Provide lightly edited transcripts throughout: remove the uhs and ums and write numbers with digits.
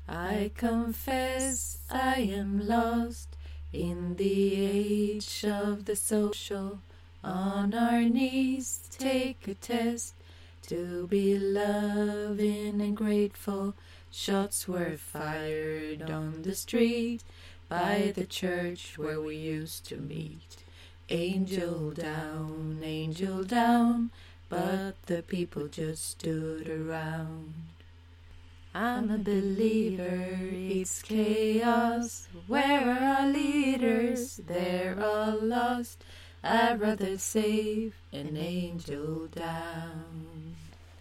I confess I am lost in the age of the social. On our knees take a test to be loving and grateful. Shots were fired on the street by the church where we used to meet. Angel down, but the people just stood around. I'm a believer, it's chaos. Where are our leaders? They're all lost. I'd rather save an angel down.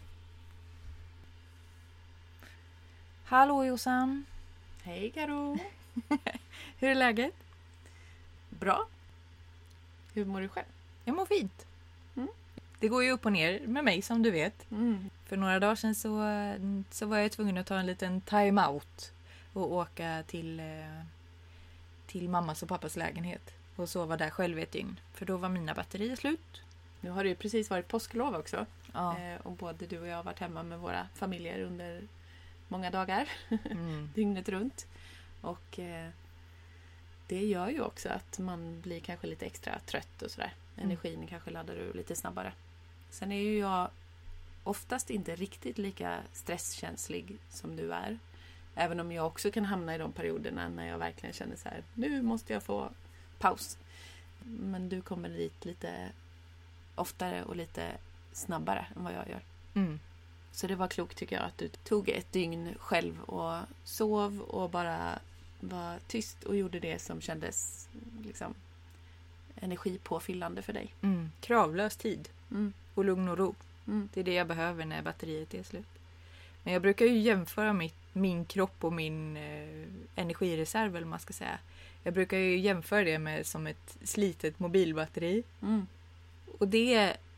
Hallå Jossan. Hej Karo. Hur är läget? Bra. Hur mår du själv? Jag mår fint. Det går ju upp och ner med mig som du vet. För några dagar sedan så var jag tvungen att ta en liten time-out och åka till mammas och pappas lägenhet och sova där själv ett dygn. För då var mina batterier slut. Nu har det ju precis varit påsklov också. Ja. Och både du och jag har varit hemma med våra familjer under många dagar. Dygnet runt. Och det gör ju också att man blir kanske lite extra trött och sådär. Energin kanske laddar ur lite snabbare. Sen är ju jag oftast inte riktigt lika stresskänslig som du är. Även om jag också kan hamna i de perioderna när jag verkligen känner så här: nu måste jag få paus. Men du kommer dit lite oftare och lite snabbare än vad jag gör. Så det var klokt tycker jag att du tog ett dygn själv och sov och bara var tyst och gjorde det som kändes liksom energipåfyllande för dig. Kravlös tid och lugn och ro. Det är det jag behöver när batteriet är slut. Men jag brukar ju jämföra min kropp och min energireserv, eller man ska säga. Jag brukar ju jämföra det med som ett slitet mobilbatteri. Och det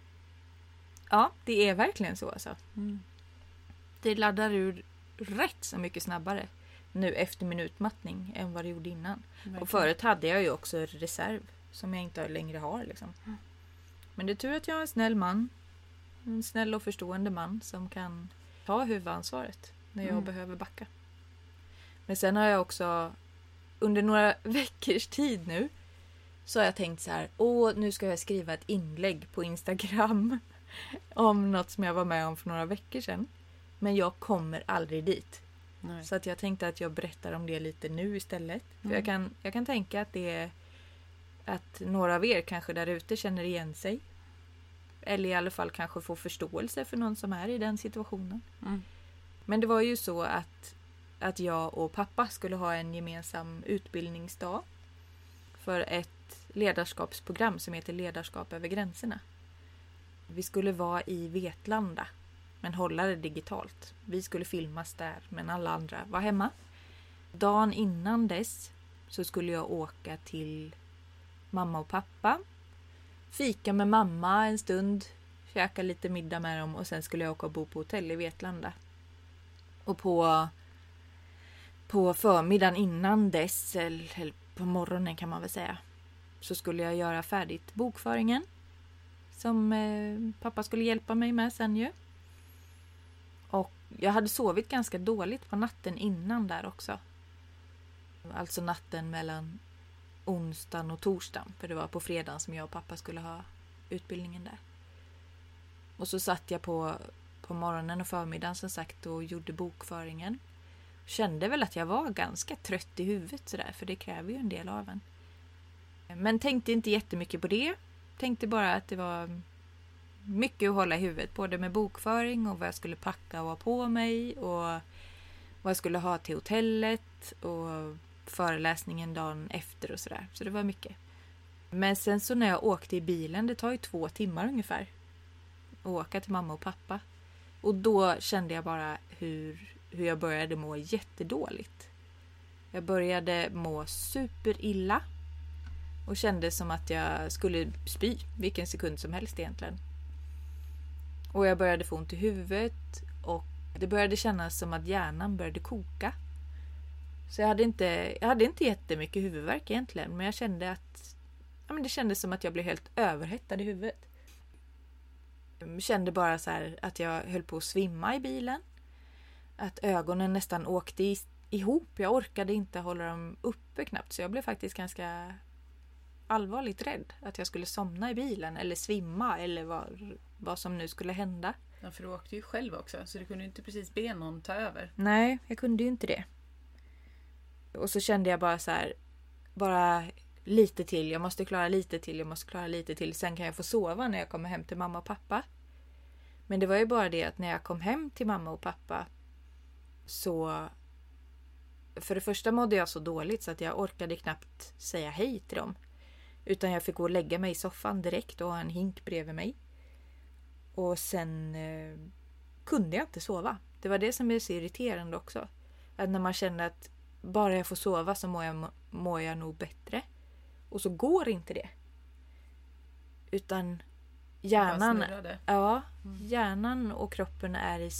är verkligen så alltså. Det laddar ur rätt så mycket snabbare nu efter min utmattning än vad det gjorde innan. Verkligen. Och förut hade jag ju också reserv som jag inte längre har liksom. Men det är tur att jag är en snäll man. En snäll och förstående man som kan ta huvudansvaret när jag behöver backa. Men sen har jag också under några veckors tid nu så har jag tänkt så här: nu ska jag skriva ett inlägg på Instagram om något som jag var med om för några veckor sedan. Men jag kommer aldrig dit. Nej. Så att jag tänkte att jag berättar om det lite nu istället. För jag kan tänka att det är att några av er kanske där ute känner igen sig. Eller i alla fall kanske får förståelse för någon som är i den situationen. Men det var ju så att jag och pappa skulle ha en gemensam utbildningsdag för ett ledarskapsprogram som heter Ledarskap över gränserna. Vi skulle vara i Vetlanda men hålla det digitalt. Vi skulle filmas där men alla andra var hemma. Dagen innan dess så skulle jag åka till mamma och pappa. Fika med mamma en stund. Käka lite middag med dem. Och sen skulle jag åka och bo på hotell i Vetlanda. Och på förmiddagen innan dess. Eller på morgonen kan man väl säga. Så skulle jag göra färdigt bokföringen. Som pappa skulle hjälpa mig med sen ju. Och jag hade sovit ganska dåligt på natten innan där också. Alltså natten mellan onsdagen och torsdagen. För det var på fredagen som jag och pappa skulle ha utbildningen där. Och så satt jag på morgonen och förmiddagen som sagt och gjorde bokföringen. Kände väl att jag var ganska trött i huvudet sådär. För det kräver ju en del av en. Men tänkte inte jättemycket på det. Tänkte bara att det var mycket att hålla i huvudet. Både med bokföring och vad jag skulle packa och ha på mig. Och vad jag skulle ha till hotellet. Och föreläsningen dagen efter och sådär. Så det var mycket. Men sen så när jag åkte i bilen, det tar ju 2 timmar ungefär. Att åka till mamma och pappa. Och då kände jag bara hur jag började må jättedåligt. Jag började må superilla. Och kände som att jag skulle spy vilken sekund som helst egentligen. Och jag började få ont i huvudet. Och det började kännas som att hjärnan började koka. Så jag hade inte jättemycket huvudvärk egentligen. Men jag kände att det kändes som att jag blev helt överhettad i huvudet. Jag kände bara så här att jag höll på att svimma i bilen. Att ögonen nästan åkte ihop. Jag orkade inte hålla dem uppe knappt. Så jag blev faktiskt ganska allvarligt rädd. Att jag skulle somna i bilen eller svimma eller vad som nu skulle hända. Ja, för du åkte ju själv också. Så du kunde inte precis be någon ta över. Nej, jag kunde ju inte det. Och så kände jag bara så här. Bara lite till. Jag måste klara lite till. Jag måste klara lite till. Sen kan jag få sova när jag kommer hem till mamma och pappa. Men det var ju bara det att när jag kom hem till mamma och pappa. Så för det första mådde jag så dåligt så att jag orkade knappt säga hej till dem. Utan jag fick gå och lägga mig i soffan direkt och ha en hink bredvid mig. Och sen kunde jag inte sova. Det var det som är så irriterande också. Att när man känner att bara jag får sova så mår jag nog bättre. Och så går inte det. Utan hjärnan, hjärnan och kroppen är i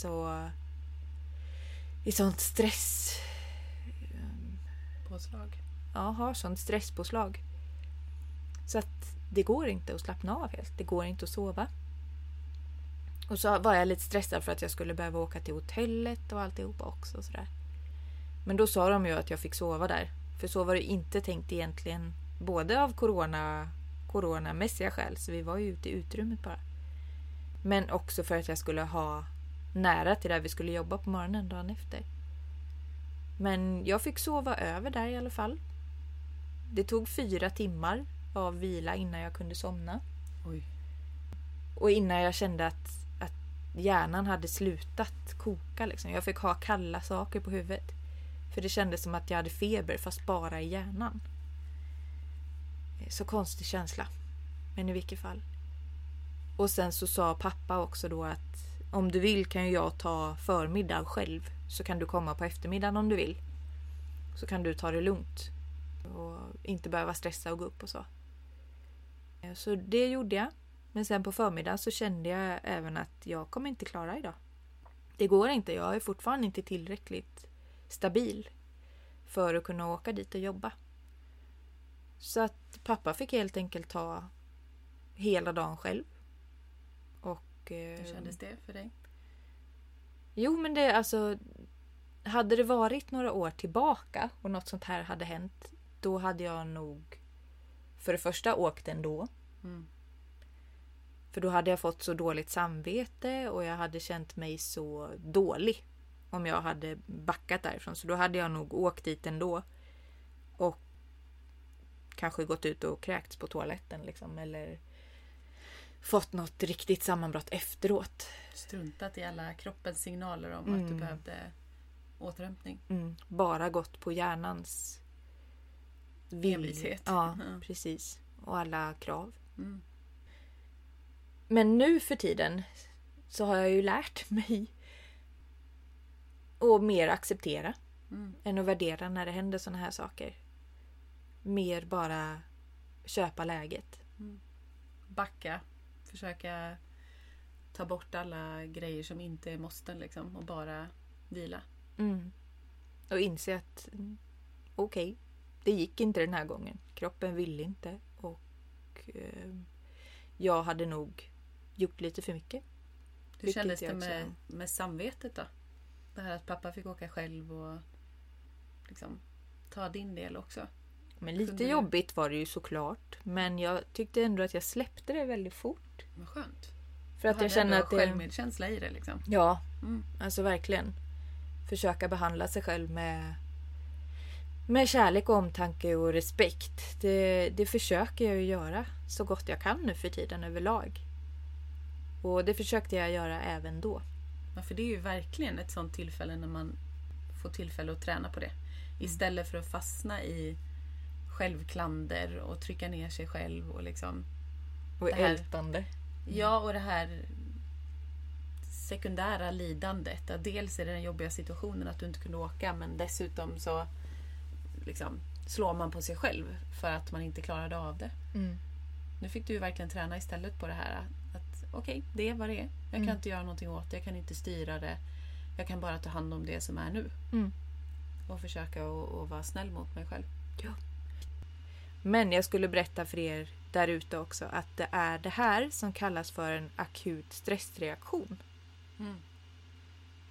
sånt stress. Påslag. Ja, har sånt stresspåslag. Så att det går inte att slappna av helt. Det går inte att sova. Och så var jag lite stressad för att jag skulle behöva åka till hotellet och alltihopa också. Och sådär. Men då sa de ju att jag fick sova där. För så var det inte tänkt egentligen. Både av coronamässiga skäl. Så vi var ju ute i utrymmet bara. Men också för att jag skulle ha nära till där vi skulle jobba på morgonen dagen efter. Men jag fick sova över där i alla fall. Det tog 4 timmar av vila innan jag kunde somna. Oj. Och innan jag kände att hjärnan hade slutat koka. Liksom. Jag fick ha kalla saker på huvudet. För det kändes som att jag hade feber fast bara i hjärnan. Så konstig känsla. Men i vilket fall. Och sen så sa pappa också då att om du vill kan jag ta förmiddag själv. Så kan du komma på eftermiddagen om du vill. Så kan du ta det lugnt. Och inte behöva stressa och gå upp och så. Så det gjorde jag. Men sen på förmiddagen så kände jag även att jag kommer inte klara idag. Det går inte. Jag är fortfarande inte tillräckligt stabil för att kunna åka dit och jobba. Så att pappa fick helt enkelt ta hela dagen själv. Och hur kändes det för dig? Jo, men det alltså hade det varit några år tillbaka och något sånt här hade hänt, då hade jag nog för det första åkt ändå. Mm. För då hade jag fått så dåligt samvete och jag hade känt mig så dålig om jag hade backat därifrån. Så då hade jag nog åkt dit ändå och kanske gått ut och kräkts på toaletten liksom, eller fått något riktigt sammanbrott efteråt. Struntat i alla kroppens signaler om att du behövde återhämtning. Bara gått på hjärnans envishet. Ja, precis. Och alla krav. Men nu för tiden så har jag ju lärt mig att mer acceptera än att värdera när det händer såna här saker. Mer bara köpa läget. Backa. Försöka ta bort alla grejer som inte är måsten liksom, och bara vila. Och inse att okej, det gick inte den här gången. Kroppen ville inte och jag hade nog gjort lite för mycket. Hur kändes det med samvetet då? Det här att pappa fick åka själv och liksom ta din del också. Men lite jobbigt var det ju såklart. Men jag tyckte ändå att jag släppte det väldigt fort. Vad skönt. För att jag känner att självmedkänsla i det liksom. Ja, alltså verkligen. Försöka behandla sig själv med kärlek och omtanke och respekt. Det försöker jag ju göra så gott jag kan nu för tiden överlag. Och det försökte jag göra även då. Ja, för det är ju verkligen ett sånt tillfälle när man får tillfälle att träna på det. Istället för att fastna i självklander och trycka ner sig själv och liksom och ältande. Ja, och det här sekundära lidandet. Att dels är det den jobbiga situationen att du inte kunde åka, men dessutom så liksom slår man på sig själv för att man inte klarade av det. Nu fick du ju verkligen träna istället på det här att okej, det är vad det är. Jag kan inte göra någonting åt det, jag kan inte styra det. Jag kan bara ta hand om det som är nu. Och försöka att vara snäll mot mig själv. Ja. Men jag skulle berätta för er där ute också att det är det här som kallas för en akut stressreaktion.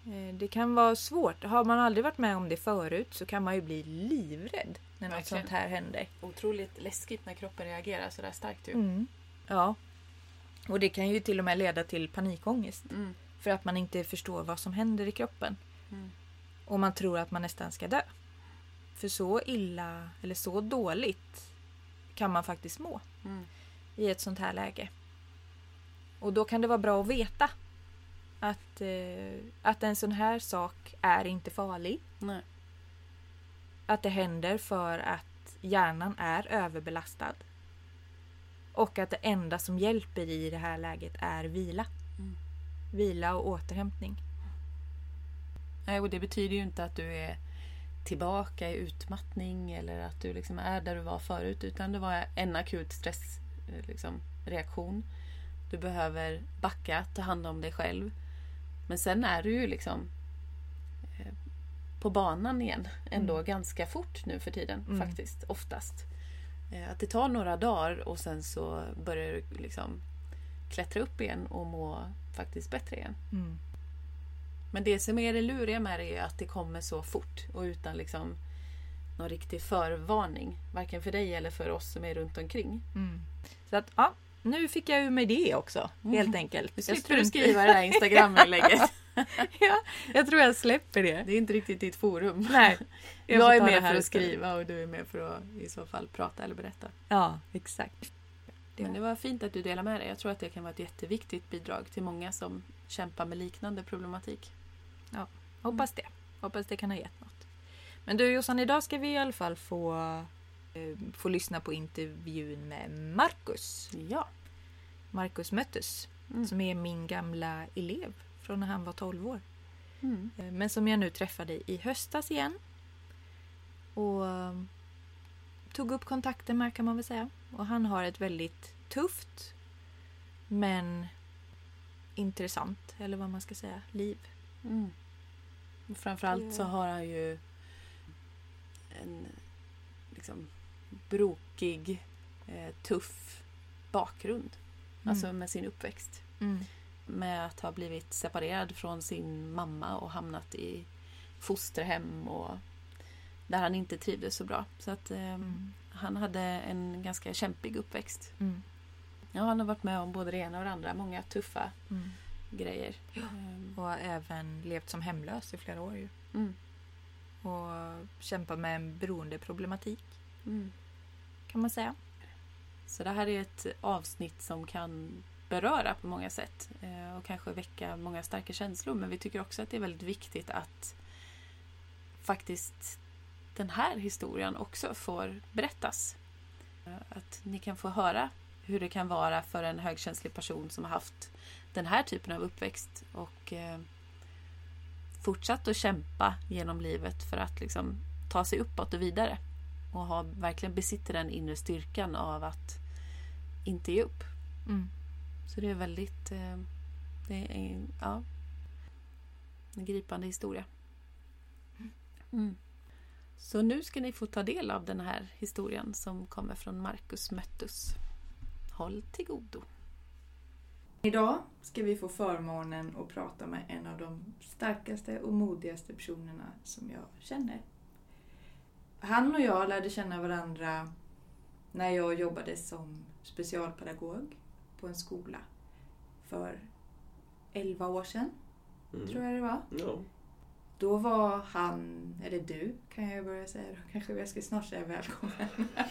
Det kan vara svårt. Har man aldrig varit med om det förut så kan man ju bli livrädd när något Verkligen. sånt här händer. Otroligt läskigt när kroppen reagerar så där starkt ju. Ja. Och det kan ju till och med leda till panikångest. Mm. För att man inte förstår vad som händer i kroppen. Mm. Och man tror att man nästan ska dö. För så illa eller så dåligt kan man faktiskt må i ett sånt här läge. Och då kan det vara bra att veta att en sån här sak är inte farlig. Nej. Att det händer för att hjärnan är överbelastad. Och att det enda som hjälper i det här läget är vila. Vila och återhämtning. Nej, och det betyder ju inte att du är tillbaka i utmattning eller att du liksom är där du var förut, utan det var en akut stressreaktion. Du behöver backa, ta hand om dig själv. Men sen är du ju liksom på banan igen ändå ganska fort nu för tiden faktiskt, oftast. Att det tar några dagar och sen så börjar du liksom klättra upp igen och må faktiskt bättre igen. Men det som är det luriga med det är att det kommer så fort och utan liksom någon riktig förvarning. Varken för dig eller för oss som är runt omkring. Så att, ja, nu fick jag ur mig det också, helt enkelt. Nu slipper du skriva det här Instagram-inlägget. Ja, jag tror jag släpper det. Det är inte riktigt ditt forum. Nej. Jag är med för att skriva och du är med för att i så fall prata eller berätta. Ja, exakt. Men det var fint att du delar med dig. Jag tror att det kan vara ett jätteviktigt bidrag till många som kämpar med liknande problematik. Ja, hoppas det. Hoppas det kan ha gett något. Men du Jossan, idag ska vi i alla fall få lyssna på intervjun med Marcus. Ja. Marcus Möttus, som är min gamla elev från när han var 12 år. Men som jag nu träffade i höstas igen. Och tog upp kontakten med, kan man väl säga. Och han har ett väldigt tufft men intressant, eller vad man ska säga, liv. Framförallt så har han ju en liksom brokig, tuff bakgrund. Alltså med sin uppväxt. Med att ha blivit separerad från sin mamma och hamnat i fosterhem och där han inte trivdes så bra. Så att han hade en ganska kämpig uppväxt. Ja, han har varit med om både det ena och det andra. Många tuffa grejer. Och har även levt som hemlös i flera år ju. Och kämpat med en beroendeproblematik. Kan man säga. Så det här är ett avsnitt som kan beröra på många sätt. Och kanske väcka många starka känslor. Men vi tycker också att det är väldigt viktigt att faktiskt den här historien också får berättas. Att ni kan få höra hur det kan vara för en högkänslig person som har haft den här typen av uppväxt och fortsatt att kämpa genom livet för att liksom ta sig uppåt och vidare och verkligen besitter den inre styrkan av att inte ge upp. Så det är väldigt det är en gripande historia. Så nu ska ni få ta del av den här historien som kommer från Marcus Möttus. Håll till godo. Idag ska vi få förmånen att prata med en av de starkaste och modigaste personerna som jag känner. Han och jag lärde känna varandra när jag jobbade som specialpedagog på en skola för 11 år sedan, tror jag det var. Ja. Då var han, eller du kan jag börja säga, då kanske jag ska snart säga välkommen.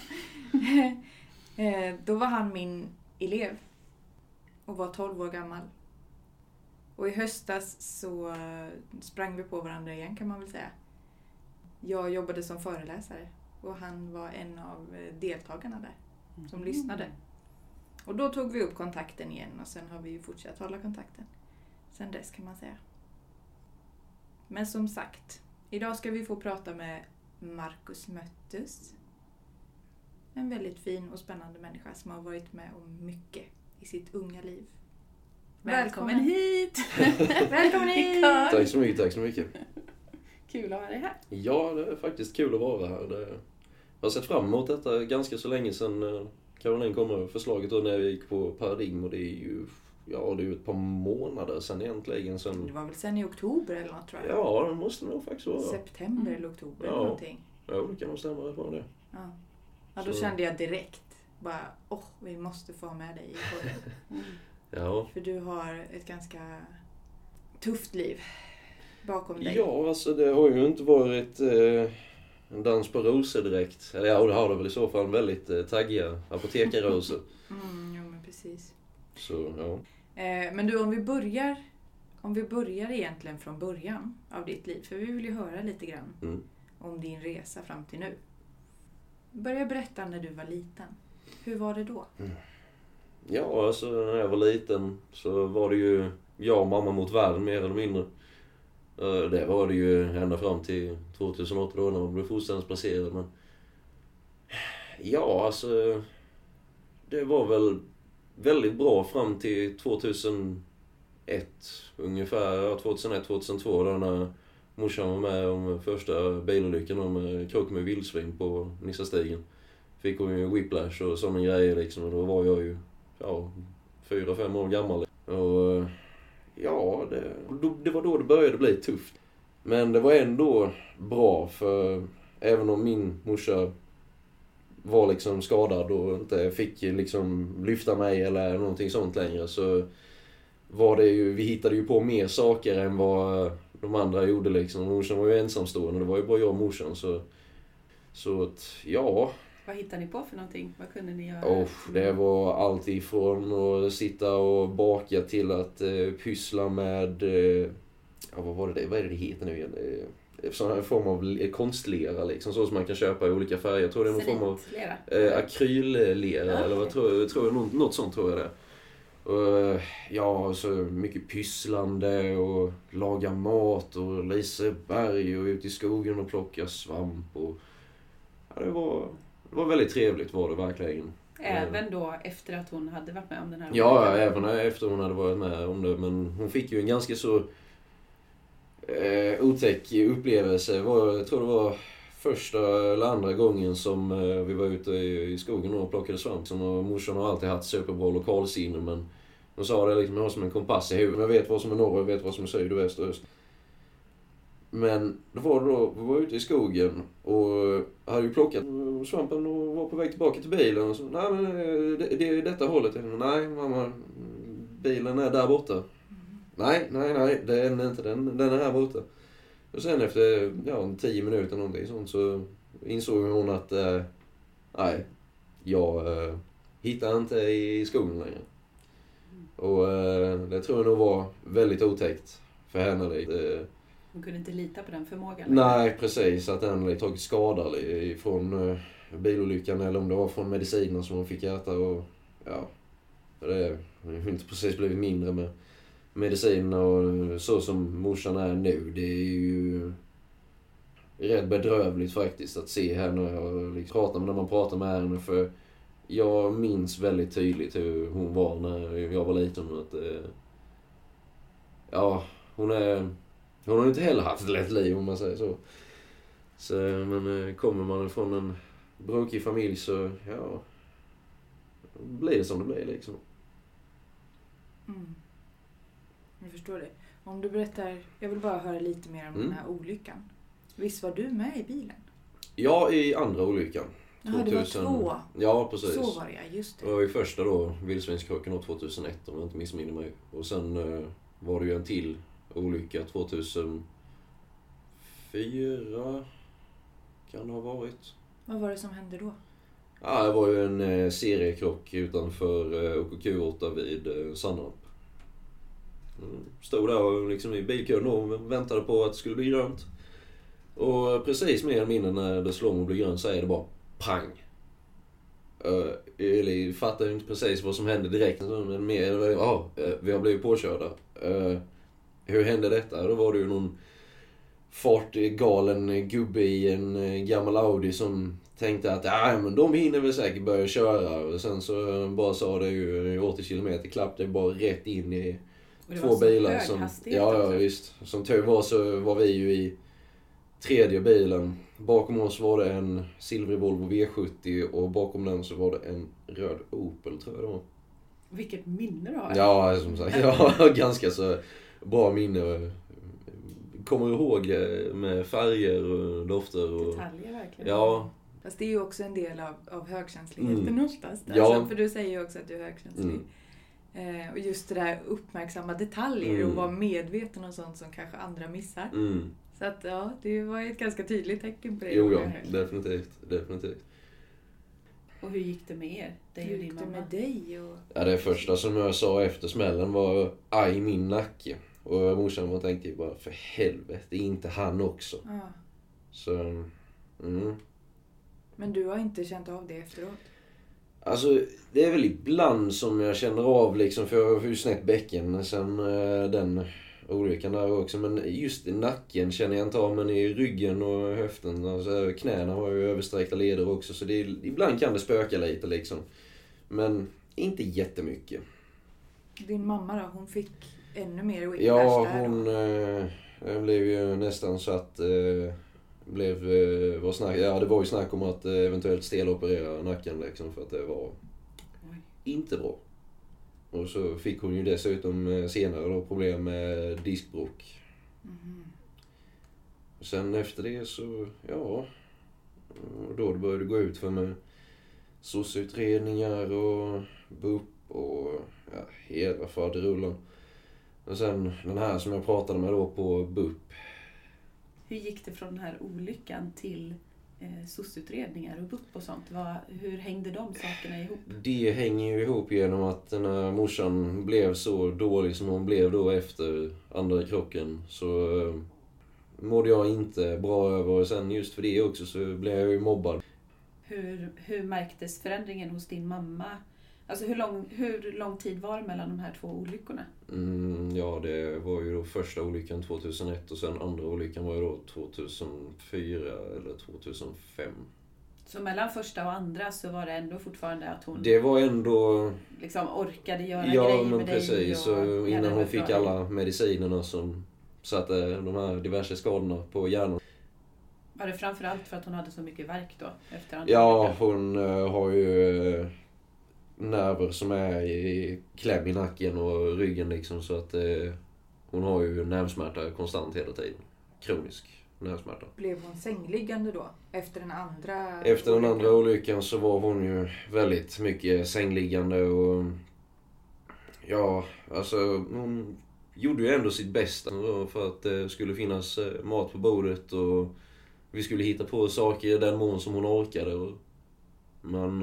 Då var han min elev och var 12 år gammal. Och i höstas så sprang vi på varandra igen, kan man väl säga. Jag jobbade som föreläsare och han var en av deltagarna där som lyssnade. Och då tog vi upp kontakten igen och sen har vi ju fortsatt hålla kontakten. Sen dess, kan man säga. Men som sagt, idag ska vi få prata med Marcus Möttus. En väldigt fin och spännande människa som har varit med om mycket i sitt unga liv. Välkommen hit! Välkommen hit! Tack så mycket. Kul att ha dig här. Ja, det är faktiskt kul att vara här. Jag har sett fram emot detta ganska så länge sedan Caroline kom med förslaget då när jag gick på Paradigm, och det är ju Ja, det är ju ett par månader sedan egentligen. Det var väl sen i oktober eller något, tror jag. Ja, det måste nog faktiskt vara. September eller oktober eller någonting. Ja, det kan nog stämma rätt bra det. Ja, då kände jag direkt bara, vi måste få ha med dig i podden. Ja. För du har ett ganska tufft liv bakom dig. Ja, alltså det har ju inte varit en dans på rosor direkt. Eller ja, det har det väl i så fall väldigt taggiga apotekarrosor. Jo, men precis. Så, ja. Men du, om vi börjar egentligen från början av ditt liv. För vi vill ju höra lite grann om din resa fram till nu. Börja berätta när du var liten. Hur var det då? Ja, alltså när jag var liten så var det ju jag och mamma mot världen mer eller mindre. Det var det ju ända fram till 2008 då när man blev fosterhemsplacerad. Men ja, alltså det var väl väldigt bra fram till 2001 ungefär. 2001-2002 då när morsan var med om första bilolyckan med krock med vildsvin på Nissastigen. Fick hon ju whiplash och sådana grejer liksom. Och då var jag ju 4-5 år gammal. Och ja, det var då det började bli tufft. Men det var ändå bra, för även om min morsa var liksom skadad och inte fick liksom lyfta mig eller någonting sånt längre, så var det ju, vi hittade ju på mer saker än vad de andra gjorde liksom. Morsan var ju ensamstående, det var ju bara jag och morsan, så att ja. Vad hittade ni på för någonting? Vad kunde ni göra? Det var allt ifrån att sitta och baka till att pyssla med vad är det heter nu igen? Sån här form av konstlera liksom, så som man kan köpa i olika färger. Jag tror det är någon form av akryllera eller vad tror jag, något sånt tror jag det. Och, ja, så mycket pysslande och laga mat och Liseberg och ut i skogen och plocka svamp och ja, det var väldigt trevligt var det verkligen. Även då efter att hon hade varit med om den här? Ja, även efter hon hade varit med om det. Men hon fick ju en ganska så otäck upplevelse. Jag tror det var första eller andra gången som vi var ute i skogen och plockade svamp. Och morsan har alltid haft superbra lokalsinne, men hon sa det liksom, jag har som en kompass i huvudet. Jag vet vad som är norr, jag vet vad som är syd och väst och öst. Men vi var ute i skogen och hade ju plockat svampen och var på väg tillbaka till bilen. Och så, nej men det är detta hållet. Nej mamma, bilen är där borta. Nej, det är inte den är här borta. Och sen efter 10 minuter någonting sånt så insåg hon att nej, jag hittar inte i skogen längre. Och det tror jag nog var väldigt otäckt för henne. Hon kunde inte lita på den förmågan. Nej, precis. Att den hade tagit skada från bilolyckan eller om det var från medicinen som hon fick äta. Och ja, det har inte precis blivit mindre med medicin och så som morsan är nu. Det är ju rätt bedrövligt faktiskt att se henne och liksom när man pratar med henne, för jag minns väldigt tydligt hur hon var när jag var liten. Att, ja, hon har inte heller haft ett lätt liv om man säger så. Men kommer man från en brokig familj så ja, blir det som det blir liksom. Jag förstår det. Om du berättar, jag vill bara höra lite mer om den här olyckan. Visst var du med i bilen? Ja, i andra olyckan. Jaha, det var 2. Ja, precis. Så var det, just det. Det var ju första då, vildsvinskrocken 2001 om jag inte missminner mig. Och sen var det ju en till olycka 2004 kan det ha varit. Vad var det som hände då? Ja, det var ju en seriekrock utanför OKQ8 vid Sandhamn. Stod där och liksom i bilkön och väntade på att det skulle bli grönt. Och precis mer eller mindre när det slår om och blir grönt så är det bara pang. Jag fattar inte precis vad som hände direkt. Men mer, vi har blivit påkörda. Hur hände detta? Då var det ju någon fartgalen gubbe i en gammal Audi som tänkte att men de hinner väl säkert börja köra. Och sen så bara sa det ju 80 km klapp, det bara rätt in i två bilar. Hög hastighet, ja, visst. Som tur var så var vi ju i tredje bilen. Bakom oss var det en silvrig Volvo V70 och bakom den så var det en röd Opel tror jag det var. Vilket minne du har. Ja, som sagt. Jag har ganska så bra minne. Kommer ihåg med färger och dofter. Och... Detaljer verkligen. Ja. Fast det är ju också en del av högkänsligheten oftast. Ja. Alltså, för du säger ju också att du är högkänslig. Och just det där uppmärksamma detaljer och vara medveten om sånt som kanske andra missar. Så att ja, det var ett ganska tydligt tecken på det. Jo, ja, definitivt. Och hur gick det med er? Hur gick det med dig? Och... Ja, det första som jag sa efter smällen var aj min nacke. Och morsan tänkte ju bara, för helvete, det är inte han också. Ja. Så, Men du har inte känt av det efteråt? Alltså, det är väl ibland som jag känner av liksom, för jag har ju snett bäcken sen den olyckan där också. Men just i nacken känner jag inte av, men i ryggen och höften, alltså knäna har ju översträckta leder också. Så det är, ibland kan det spöka lite liksom. Men inte jättemycket. Din mamma då, hon fick ännu mer whiplash Ja, där hon blev ju nästan så att det var ju snack om att eventuellt steloperera nacken liksom, för att det var inte bra. Och så fick hon ju dessutom senare då problem med diskbråck. Sen efter det så, ja, då började det gå ut för med SOS-utredningar och BUP och ja, hela faderullan. Och sen den här som jag pratade med då på BUP. Hur gick det från den här olyckan till SOS-utredningar och BUP och sånt? Hur hängde de sakerna ihop? Det hänger ju ihop genom att när morsan blev så dålig som hon blev då efter andra krocken, så mådde jag inte bra över. Och sen just för det också så blev jag ju mobbad. Hur märktes förändringen hos din mamma? Alltså hur lång tid var det mellan de här två olyckorna? Ja, det var ju då första olyckan 2001 och sen andra olyckan var ju då 2004 eller 2005. Så mellan första och andra så var det ändå fortfarande att hon... Det var ändå... liksom orkade göra grejer med dig? Precis. Och innan hon fick alla medicinerna som satte de här diverse skadorna på hjärnan. Var det framförallt för att hon hade så mycket värk då? Efter andra ja, hon har ju nerver som är i kläm i nacken och ryggen liksom, så att hon har ju nervsmärta konstant hela tiden. Kronisk nervsmärta. Blev hon sängliggande då? Efter den andra Efter den andra olyckan så var hon ju väldigt mycket sängliggande och ja, alltså hon gjorde ju ändå sitt bästa för att det skulle finnas mat på bordet och vi skulle hitta på saker i den mån som hon orkade. Men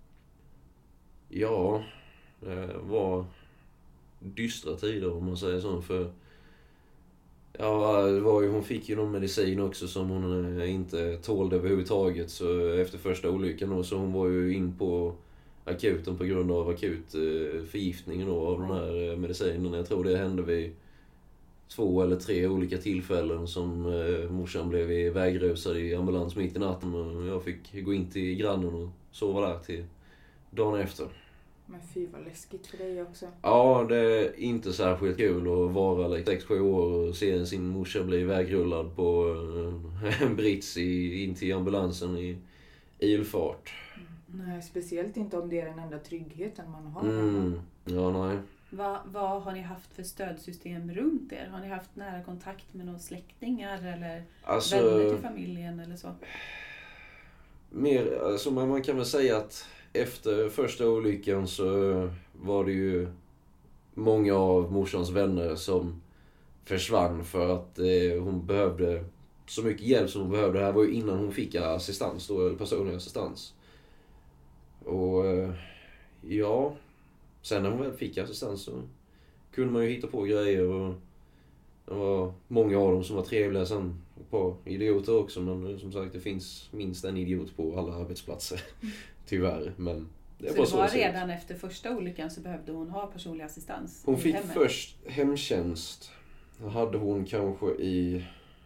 ja, det var dystra tider om man säger så, för ja, det var ju, hon fick ju någon medicin också som hon inte tålde överhuvudtaget, så efter första olyckan då, så hon var ju in på akuten på grund av akut förgiftning då av den här medicinen. Jag tror det hände vid 2 eller 3 olika tillfällen som morsan blev vägrusad i ambulans mitt i natten och jag fick gå in till grannen och sova där till dagen efter. Men fy vad läskigt för dig också. Ja, det är inte särskilt kul att vara 6-7 år och se sin morsa bli vägrullad på en brits in till ambulansen i ilfart. Nej, speciellt inte om det är den enda tryggheten man har. Ja, nej. Vad har ni haft för stödsystem runt er? Har ni haft nära kontakt med några släktingar eller vänner till familjen eller så? Mer, alltså man kan väl säga att efter första olyckan så var det ju många av morsans vänner som försvann för att hon behövde så mycket hjälp som hon behövde. Det här var ju innan hon fick assistans då, eller personlig assistans. Och ja, sen när hon väl fick assistans så kunde man ju hitta på grejer och det var många av dem som var trevliga, sen på idioter också, men som sagt det finns minst en idiot på alla arbetsplatser. Tyvärr, men det var så. Det var redan efter första olyckan så behövde hon ha personlig assistans? Hon fick först hemtjänst. Då hade hon kanske i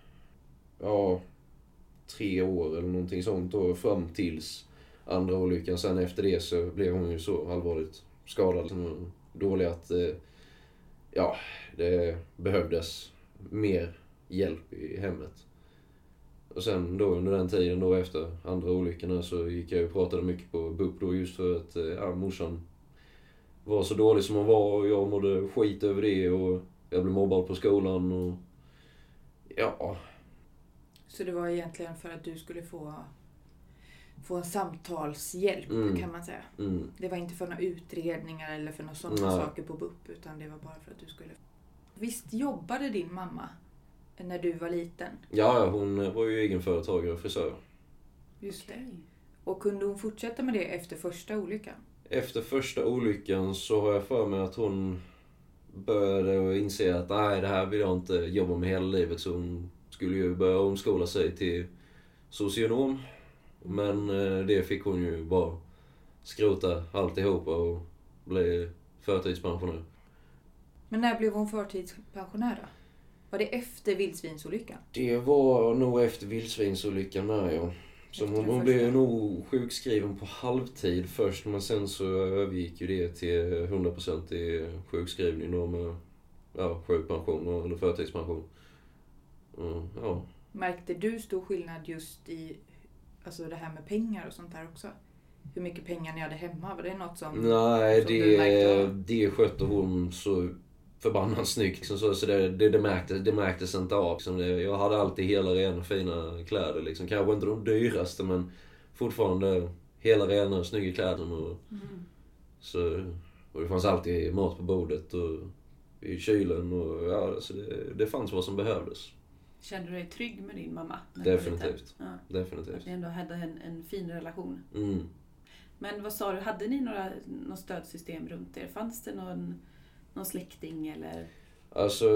3 år eller någonting sånt då, fram tills andra olyckan. Sen efter det så blev hon ju så allvarligt skadad och dålig att det behövdes mer hjälp i hemmet. Och sen då under den tiden då efter andra olyckorna så gick jag och pratade mycket på BUP då, just för att morsan var så dålig som hon var och jag mådde skit över det och jag blev mobbad på skolan och ja. Så det var egentligen för att du skulle få en samtalshjälp kan man säga. Det var inte för några utredningar eller för några sådana saker på BUP, utan det var bara för att du skulle... Visst jobbade din mamma när du var liten? Ja, hon var ju egenföretagare och frisör. Just det. Och kunde hon fortsätta med det efter första olyckan? Efter första olyckan så har jag för mig att hon började inse att nej, det här vill jag inte jobba med hela livet, så hon skulle ju börja omskola sig till socionom. Men det fick hon ju bara skrota alltihopa och bli förtidspensionär. Men när blev hon förtidspensionär då? Var det efter vildsvinsolyckan? Det var nog efter vildsvinsolyckan med, ja. Så hon blev nog sjukskriven på halvtid först, men sen så övergick ju det till 100% i sjukskrivning då med sjukpension eller förtidspension. Ja. Märkte du stor skillnad just i det här med pengar och sånt där också? Hur mycket pengar ni hade hemma? Var det något som... Nej, som du märkte? Det skötte hon så förbannat snyggt. Så det märktes inte av. Jag hade alltid hela rena fina kläder. Liksom. Kanske inte de dyraste, men fortfarande hela rena snygga kläder. Och det fanns alltid mat på bordet och i kylen. Och, så det fanns vad som behövdes. Kände du dig trygg med din mamma? Definitivt. Ja. Definitivt. Att ni ändå hade en fin relation. Mm. Men vad sa du, hade ni något stödsystem runt er? Fanns det någon släkting eller? Alltså,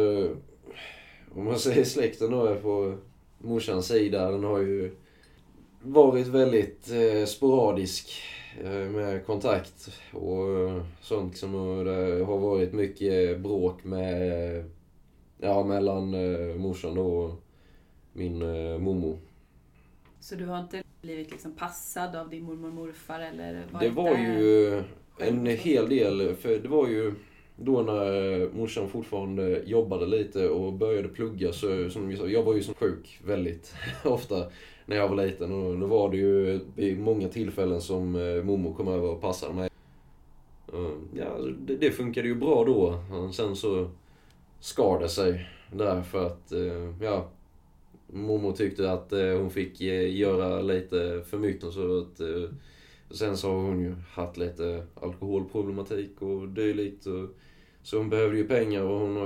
om man säger släkten då på morsans sida, den har ju varit väldigt sporadisk med kontakt och sånt liksom, och det har varit mycket bråk mellan morsan och min mormor. Så du har inte blivit liksom passad av din mormor och morfar eller? Det var ju en hel del, för det var ju då när morsan fortfarande jobbade lite och började plugga, så som jag var ju som sjuk väldigt ofta när jag var liten, och då var det ju vid många tillfällen som mormor kom över och passade mig. Ja, det funkade ju bra då. Sen så skar det sig där för att mormor tyckte att hon fick göra lite för mycket, så att sen så har hon ju haft lite alkoholproblematik och dylikt, och så hon behövde ju pengar, och hon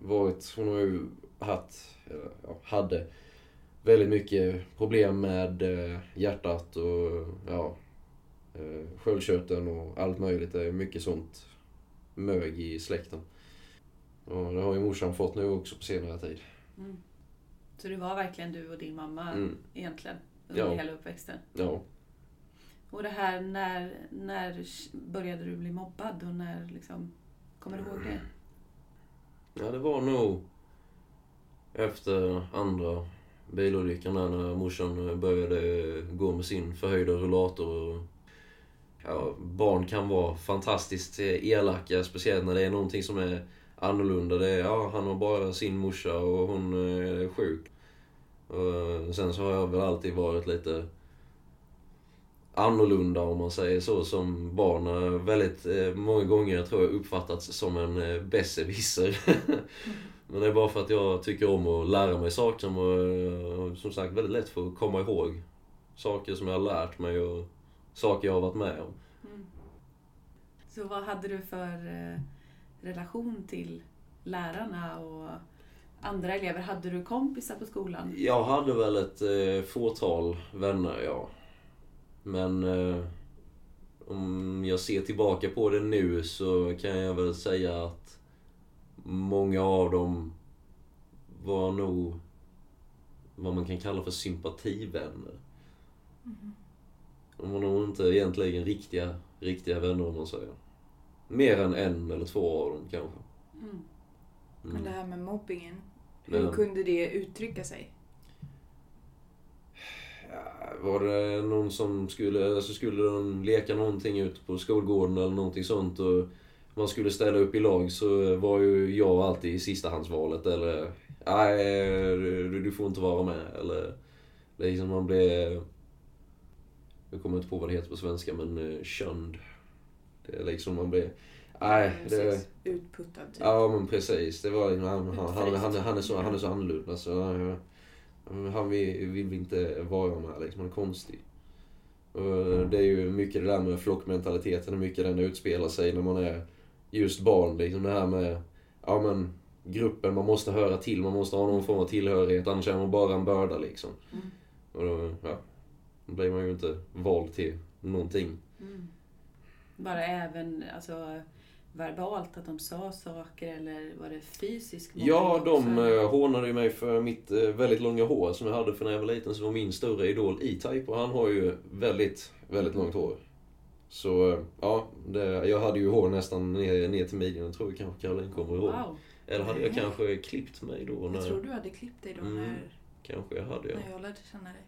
hade väldigt mycket problem med hjärtat och sköldkörteln och allt möjligt. Det är mycket sånt mög i släkten. Och det har ju morsan fått nu också på senare tid. Mm. Så det var verkligen du och din mamma egentligen under hela uppväxten? Ja. Och det här, när började du bli mobbad och när liksom, kommer du ihåg det? Ja, det var nog efter andra bilolyckan där, när morsan började gå med sin förhöjda rullator. Barn kan vara fantastiskt elaka, speciellt när det är någonting som är annorlunda. Han har bara sin morsa och hon är sjuk. Och sen så har jag väl alltid varit lite annorlunda, om man säger så, som barn. Väldigt många gånger tror jag uppfattats som en besserwisser. Men det är bara för att jag tycker om att lära mig saker och som sagt väldigt lätt för att komma ihåg saker som jag har lärt mig och saker jag har varit med om. Mm. Så vad hade du för relation till lärarna och andra elever? Hade du kompisar på skolan? Jag hade väl ett fåtal vänner, ja. Men om jag ser tillbaka på det nu så kan jag väl säga att många av dem var nog vad man kan kalla för sympativänner. Mm. De var nog inte egentligen riktiga vänner, om man säger. Mer än en eller två av dem kanske. Mm. Men det här med mobbingen, hur kunde det uttrycka sig? Var det någon som skulle de leka någonting ute på skolgården eller någonting sånt, och man skulle ställa upp i lag, så var ju jag alltid i sistahandsvalet, eller du får inte vara med, eller liksom man blev, jag kommer inte på vad det heter på svenska, men könd. Det är liksom man blev, Nej, Precis. Utputtad typ. Ja, men precis. Det var han är så annorlunda. Så, han vill inte vara med. Liksom. Han är konstig. Och det är ju mycket det där med flockmentaliteten. Hur mycket den utspelar sig när man är just barn. Liksom det här med gruppen, man måste höra till. Man måste ha någon form av tillhörighet. Annars är man bara en börda liksom. Och då blir man ju inte vald till någonting. Bara även verbalt att de sa saker, eller var det fysiskt? Ja, de hånade ju mig för mitt väldigt långa hår som jag hade för när jag var liten. Så var min stora idol E-Type, och han har ju väldigt, väldigt långt hår. Så jag hade ju hår nästan ner till midjan. Jag tror kanske Caroline kommer ihåg. Wow. Eller hade jag kanske klippt mig då? Jag tror du hade klippt dig då kanske jag hade, när jag lärde känna dig.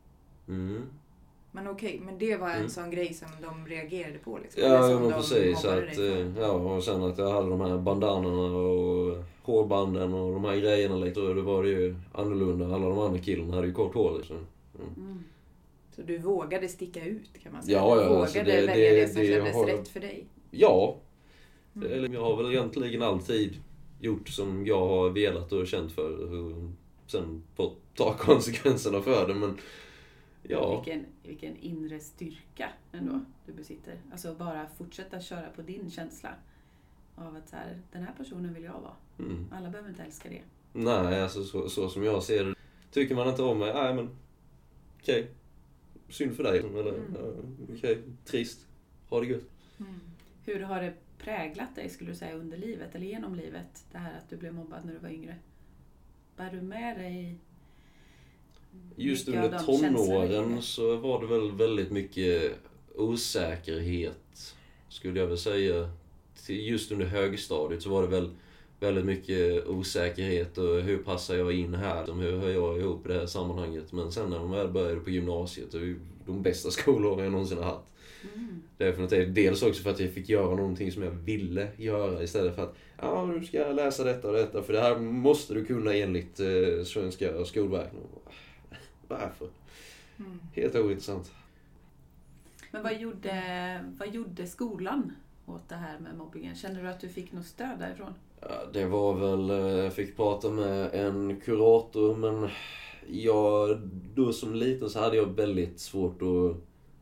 Men okej, men det var en sån grej som de reagerade på liksom. Ja, men precis. Och sen att jag hade de här bandanerna och hårbanden och de här grejerna lite. Och det var det ju annorlunda. Alla de andra killarna hade ju kort hår liksom. Så du vågade sticka ut, kan man säga? Ja, du vågade välja det som kändes rätt för dig? Ja. Jag har väl egentligen alltid gjort som jag har velat och känt för. Sen fått ta konsekvenserna för det, men ja. Vilken inre styrka ändå du besitter. Alltså bara fortsätta köra på din känsla av att den här personen vill jag vara. Alla behöver inte älska det. Nej, alltså så som jag ser det. Tycker man inte om mig, nej men okej. Synd för dig. Eller okej, trist. Ha det gött. Hur har det präglat dig, skulle du säga, under livet eller genom livet? Det här att du blev mobbad när du var yngre. Bär du med dig just under tonåren så var det väl väldigt mycket osäkerhet, skulle jag väl säga. Just under högstadiet så var det väl väldigt mycket osäkerhet och hur passar jag in här? Hur hör jag ihop i det här sammanhanget? Men sen när man väl började på gymnasiet, det var ju de bästa skolåren jag någonsin har haft. Definitivt. Dels också för att jag fick göra någonting som jag ville göra istället för att du ska läsa detta och detta, för det här måste du kunna enligt svenska skolverket. Varför? Helt ointressant. Men vad gjorde skolan åt det här med mobbingen? Känner du att du fick något stöd därifrån? Ja, det var väl, jag fick prata med en kurator, men då som liten så hade jag väldigt svårt att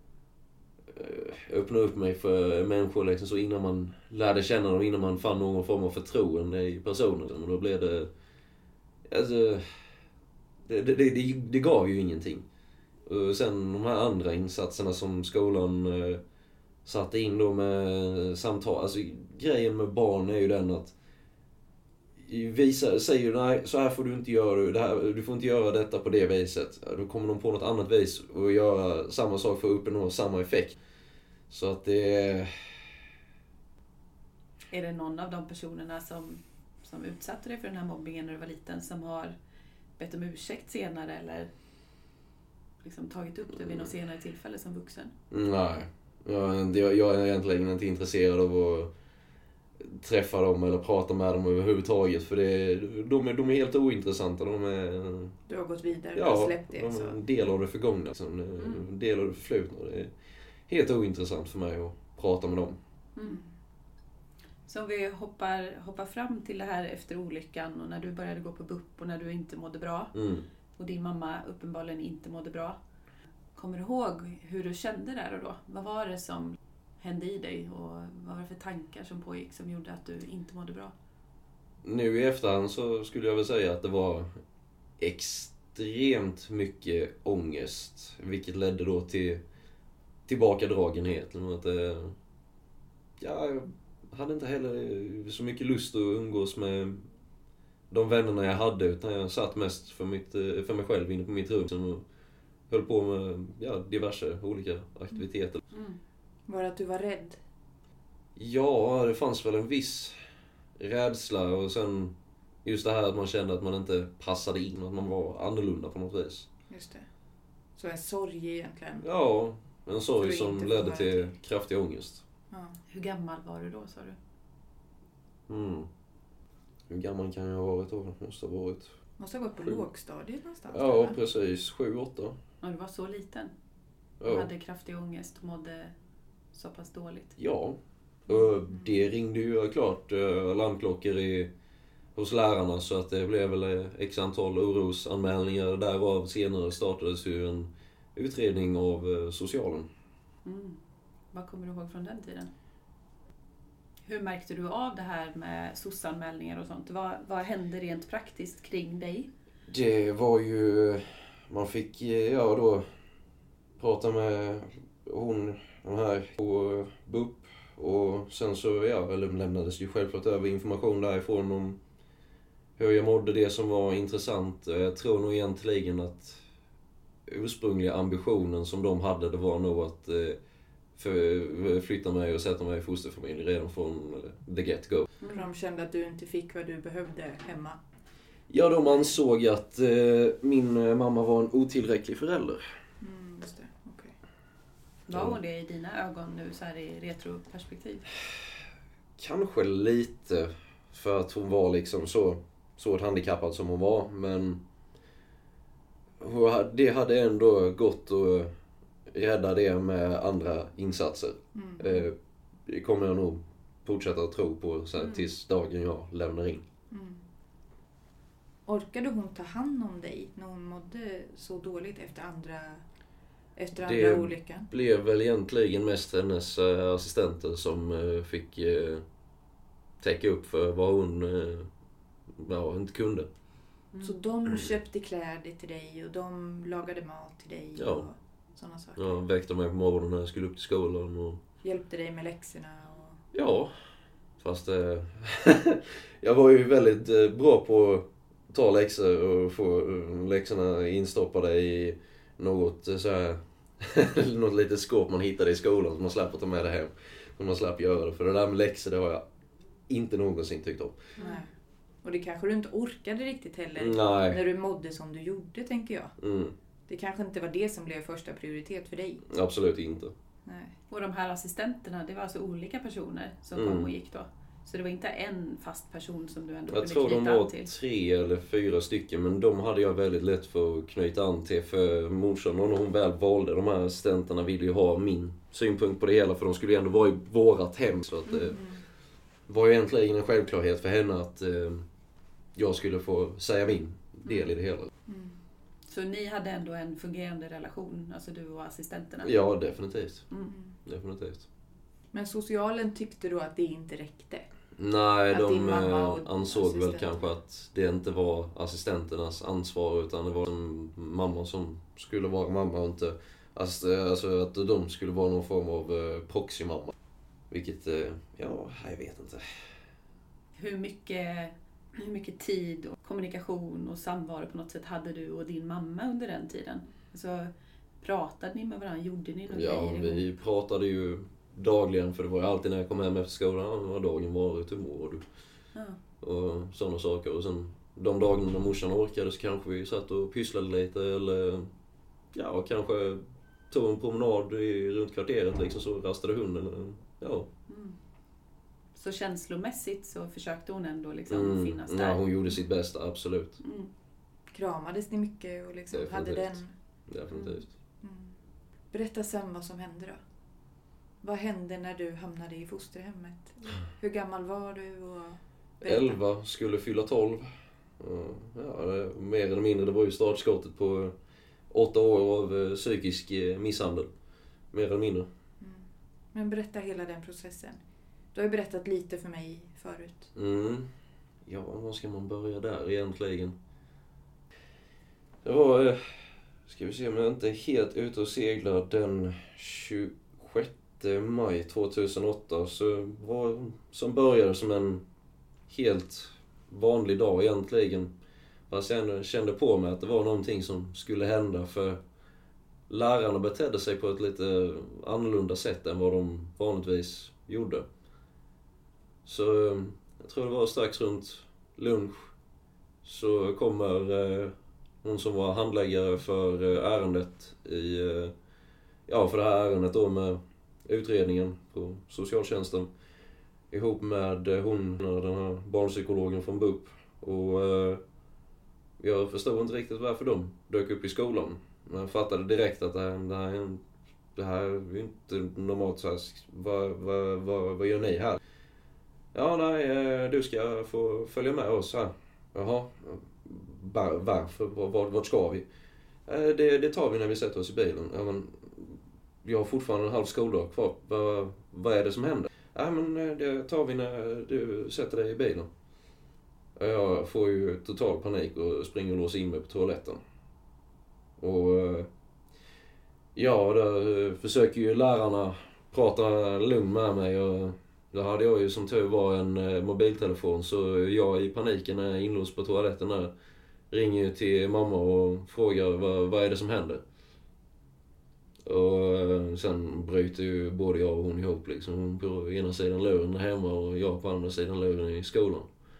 öppna upp mig för människor liksom, så innan man lärde känna dem, innan man fann någon form av förtroende i personen. Men då blev det det gav ju ingenting. Och sen de här andra insatserna som skolan satte in då med samtal. Alltså grejen med barn är ju den att säger nej, så här får du inte göra, du får inte göra detta på det viset. Då kommer de på något annat vis och göra samma sak för att uppnå samma effekt. Så att det är det någon av de personerna som utsatte dig för den här mobbingen när du var liten som har bett om ursäkt senare eller liksom tagit upp det vid något senare tillfälle som vuxen? Nej, jag är egentligen inte intresserad av att träffa dem eller prata med dem överhuvudtaget, för de är helt ointressanta. Du har gått vidare och släppt det. De är en del av det förgångna, en del av det förflutna. Det är helt ointressant för mig att prata med dem. Så om vi hoppar fram till det här efter olyckan och när du började gå på BUP och när du inte mådde bra och din mamma uppenbarligen inte mådde bra. Kommer du ihåg hur du kände där och då? Vad var det som hände i dig och vad var det för tankar som pågick som gjorde att du inte mådde bra? Nu i efterhand så skulle jag väl säga att det var extremt mycket ångest, vilket ledde då till tillbakadragenhet. Jag hade inte heller så mycket lust att umgås med de vännerna jag hade, utan jag satt mest för mig själv inne på mitt rum och höll på med diverse olika aktiviteter. Var det att du var rädd? Ja, det fanns väl en viss rädsla och sen just det här att man kände att man inte passade in, att man var annorlunda på något vis. Just det. Så en sorg egentligen? Ja, en sorg som ledde till kraftig ångest. Ja. Hur gammal var du då, sa du? Hur gammal kan jag ha varit då? Måste ha gått på lågstadiet någonstans? Ja, eller? precis. 7-8. Ja, du var så liten. Ja. Du hade kraftig ångest och mådde så pass dåligt. Ja, Och det ringde ju klart larmklockor hos lärarna, så att det blev väl x antal orosanmälningar. Därav senare startades ju en utredning av socialen. Vad kommer du ihåg från den tiden? Hur märkte du av det här med SOS-anmälningar och sånt? Vad hände rent praktiskt kring dig? Det var ju... Man fick då prata med de här på BUP. Och sen så lämnades ju självklart över information därifrån om hur jag mådde, det som var intressant. Jag tror nog egentligen att ursprungliga ambitionen som de hade, det var nog att flytta mig och sätta mig i fosterfamilj redan från the get-go. De kände att du inte fick vad du behövde hemma? Ja, de ansåg att min mamma var en otillräcklig förälder. Just det. Okay. Var hon det i dina ögon nu så här i retroperspektiv? Kanske lite, för att hon var liksom så handikappad som hon var, men det hade ändå gått att rädda det med andra insatser. Det kommer jag nog fortsätta att tro på så här, tills dagen jag lämnar in. Orkade hon ta hand om dig när hon mådde så dåligt efter andra olyckan? Det blev väl egentligen mest hennes assistenter som fick täcka upp för vad hon inte kunde. Så de köpte kläder till dig och de lagade mat till dig och sådana saker? Ja, väckte mig på morgonen när jag skulle upp till skolan. Och... hjälpte dig med läxorna? Ja, fast jag var ju väldigt bra på att ta läxor och få läxorna instoppade i något så här något litet skåp man hittade i skolan så man släpper ta med det hem. Så man släpper göra det. För det där med läxor, det har jag inte någonsin tyckt om. Nej. Och det kanske du inte orkade riktigt heller. Nej. När du mådde som du gjorde, tänker jag. Det kanske inte var det som blev första prioritet för dig. Absolut inte. Nej. Och de här assistenterna, det var alltså olika personer som kom och gick då? Så det var inte en fast person som du ändå kunde knyta an till? Jag tror de var 3 eller 4 stycken, men de hade jag väldigt lätt för att knyta an till. För morsan, när hon väl valde de här assistenterna, ville ju ha min synpunkt på det hela. För de skulle ju ändå vara i vårat hem. Så att det var ju egentligen en självklarhet för henne att jag skulle få säga min del i det hela. Så ni hade ändå en fungerande relation, alltså du och assistenterna? Ja, definitivt. Definitivt. Men socialen tyckte då att det inte räckte? Nej, de ansåg väl kanske att det inte var assistenternas ansvar, utan det var mamma som skulle vara mamma och inte... Alltså att de skulle vara någon form av proxymamma. Vilket, jag vet inte. Hur mycket tid och kommunikation och samvaro på något sätt hade du och din mamma under den tiden? Alltså, pratade ni med varandra? Gjorde ni något? Ja, vi pratade ju dagligen, för det var ju alltid när jag kom hem efter skolan, vad dagen varit, hur mår du? Ja. Och sådana saker. Och sen de dagarna när morsan orkade så kanske vi satt och pysslade lite, eller kanske tog en promenad runt kvarteret liksom, så rastade hunden. Ja. Så känslomässigt så försökte hon ändå liksom finnas där? Ja, hon gjorde sitt bästa, absolut. Kramades ni mycket och liksom hade den... Definitivt. Berätta sen vad som hände då. Vad hände när du hamnade i fosterhemmet? Hur gammal var du? Och 11, skulle fylla 12. Mer eller mindre, det var ju startskottet på 8 år av psykisk misshandel. Mer eller mindre. Men berätta hela den processen. Du har ju berättat lite för mig förut. Ja, var ska man börja där egentligen? Det var, ska vi se om jag inte är helt ute och seglar, den 26 maj 2008. Så var, som började som en helt vanlig dag egentligen. Fast jag kände på mig att det var någonting som skulle hända, för lärarna betedde sig på ett lite annorlunda sätt än vad de vanligtvis gjorde. Så jag tror det var strax runt lunch så kommer hon som var handläggare för ärendet för det här ärendet då med utredningen på socialtjänsten ihop med den här barnpsykologen från BUP. Och jag förstod inte riktigt varför de dök upp i skolan. Men jag fattade direkt att det här är en det här är ju inte normalt så här, vad gör ni här? Ja, nej, du ska få följa med oss här. Jaha, varför? Vart ska vi? Det tar vi när vi sätter oss i bilen. Ja, men jag har fortfarande en halv skoldag kvar. Vad är det som händer? Ja, men det tar vi när du sätter dig i bilen. Jag får ju total panik och springer och låser in mig på toaletten. Och ja, då försöker ju lärarna prata lugn med mig. Och då hade jag ju som tur var en mobiltelefon, så jag i paniken när jag är inlåst på toaletten där ringer till mamma och frågar vad är det som händer. Och sen bryter ju både jag och hon ihop liksom. Hon på ena sidan luren hemma och jag på andra sidan luren i skolan.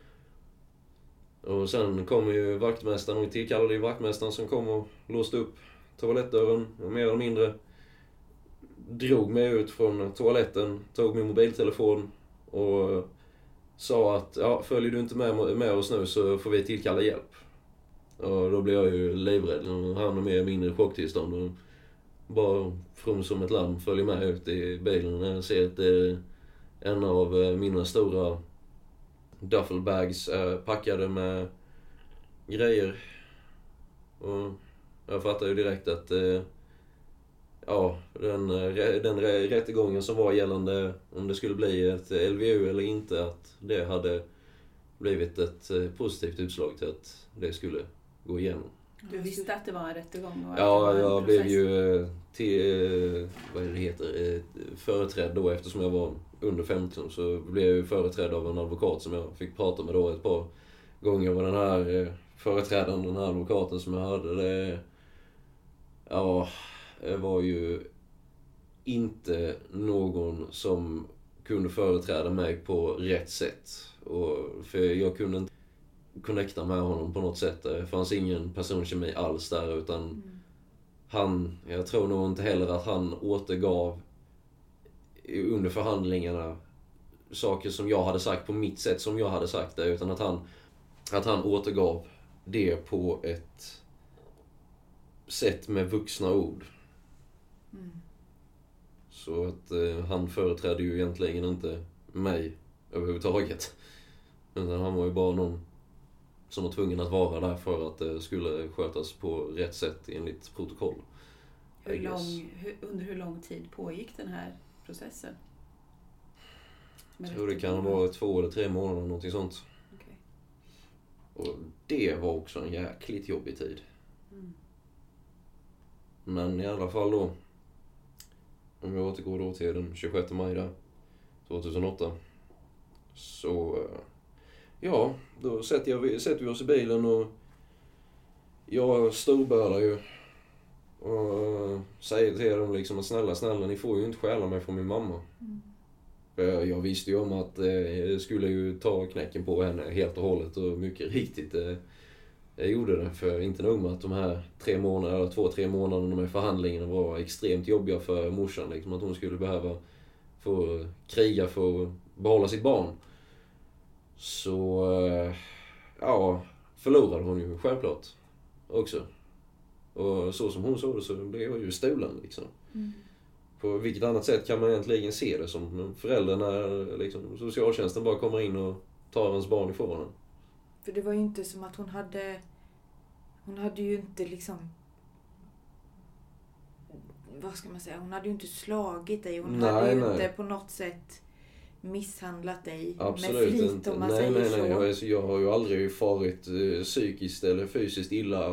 Och sen kommer ju vaktmästaren, och vi tillkallade ju vaktmästaren som kom och låste upp toalettdörren och mer eller mindre drog mig ut från toaletten, tog min mobiltelefon och sa att ja, följer du inte med oss nu så får vi tillkalla hjälp. Och då blev jag ju livrädd och hamnade mer i mindre chocktillstånd och bara from som ett lamm följer med ut i bilen när jag ser att det är en av mina stora duffelbags packade med grejer. Och jag fattar ju direkt att ja, den rättegången som var gällande om det skulle bli ett LVU eller inte, att det hade blivit ett positivt utslag till att det skulle gå igenom. Du visste att det var en rättegång? Och ja, jag blev ju företrädd då, eftersom jag var under 15, så blev jag ju företrädd av en advokat som jag fick prata med då ett par gånger. Och den här företrädaren, den här advokaten som jag hade, det var ju inte någon som kunde företräda mig på rätt sätt. För jag kunde inte connecta med honom på något sätt. Det fanns ingen personkemi alls där, utan jag tror nog inte heller att han återgav under förhandlingarna saker som jag hade sagt på mitt sätt som jag hade sagt det, utan att han återgav det på ett sätt med vuxna ord. Så att han företrädde ju egentligen inte mig överhuvudtaget, utan han var ju bara någon som var tvungen att vara där för att det skulle skötas på rätt sätt enligt protokoll. Under hur lång tid pågick den här processen? Jag tror det kan vara 2 eller 3 månader, någonting sånt. Okay. Och det var också en jäkligt jobbig tid. Men i alla fall då, om jag återgår då till den 26 maj där, 2008, så ja, då sätter vi oss i bilen och jag storbölar ju och säger till dem liksom att snälla, ni får ju inte stjäla mig från min mamma. Jag visste ju om att jag skulle ju ta knäcken på henne helt och hållet, och mycket riktigt jag gjorde det. För inte nog med att de här 2-3 månaderna med förhandlingarna var extremt jobbiga för morsan, liksom, att hon skulle behöva få kriga för att behålla sitt barn. Så ja, förlorade hon ju självklart också. Och så som hon såg det så blev jag ju stolen liksom. På vilket annat sätt kan man egentligen se det som förälder när liksom socialtjänsten bara kommer in och tar ens barn ifrån en? För det var ju inte som att hon hade ju inte liksom, vad ska man säga, hon hade ju inte slagit dig, hon hade ju inte på något sätt misshandlat dig. Absolut med flit inte. Om man säger så. Jag har ju aldrig farit psykiskt eller fysiskt illa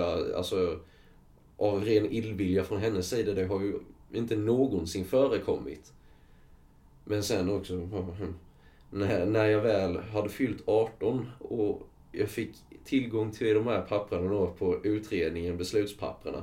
av ren illvilja från hennes sida. Det har ju inte någonsin förekommit. Men sen också när jag väl hade fyllt 18 och jag fick tillgång till de här papperna då på utredningen, beslutspapperna.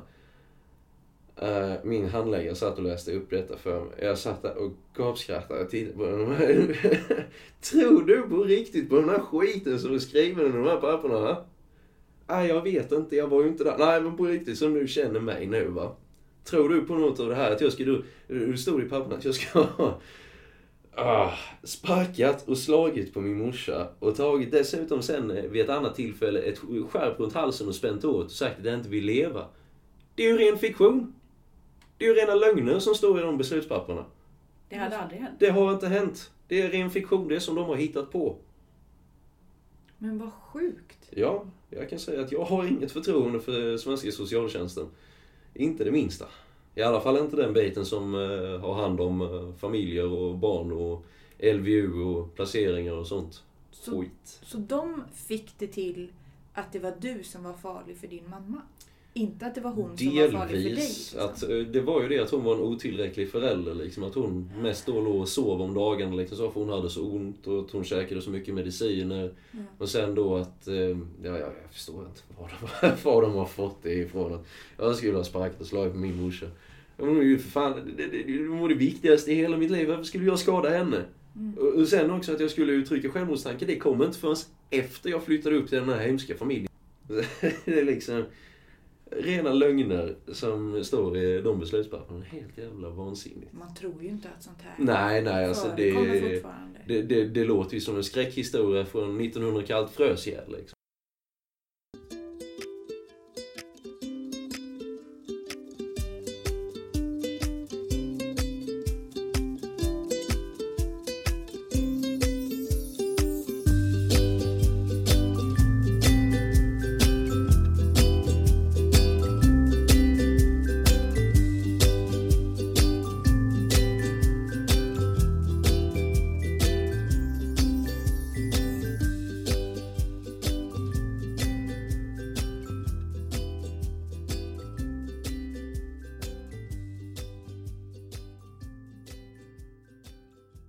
Min handläggare satt och läste upp detta för mig. Jag satt där och gapskrattade och tittade på den. Tror du på riktigt på den här skiten som du skriver i de här papperna? Va? Nej, jag vet inte. Jag var ju inte där. Nej, men på riktigt som du känner mig nu, va? Tror du på något av det här? Att jag ska... Du stod i papperna att jag ska sparkat och slagit på min morsa och tagit dessutom sen vid ett annat tillfälle ett skärp runt halsen och spänt åt och sagt att jag inte vill leva. Det är ju ren fiktion. Det är ju rena lögner som står i de beslutspapperna. Det hade aldrig hänt. Det har inte hänt. Det är ren fiktion, det som de har hittat på. Men vad sjukt. Ja, jag kan säga att jag har inget förtroende för svenska socialtjänsten. Inte det minsta. I alla fall inte den biten som har hand om familjer och barn och LVU och placeringar och sånt. Skit. Så de fick det till att det var du som var farlig för din mamma? Inte att det var hon som var farlig för dig? Liksom. Att, det var ju det att hon var en otillräcklig förälder. Liksom, att hon mest då låg och sov om dagen. Liksom, så för hon hade så ont och att hon käkade så mycket mediciner. Och sen då att... jag förstår inte var de har fått det ifrån. Att jag skulle ha sparkat och slagit på min morsa. Hon är ju för fan... Det var det viktigaste i hela mitt liv. Varför skulle jag skada henne? Och sen också att jag skulle uttrycka självmordstanke. Det kom inte förrän efter jag flyttade upp till den här hemska familjen. Det är liksom... Rena lögner som står i de beslutspapperna. Helt jävla vansinnigt. Man tror ju inte att sånt här nej, alltså det låter ju som en skräckhistoria från 1900 kallt frösjäl liksom.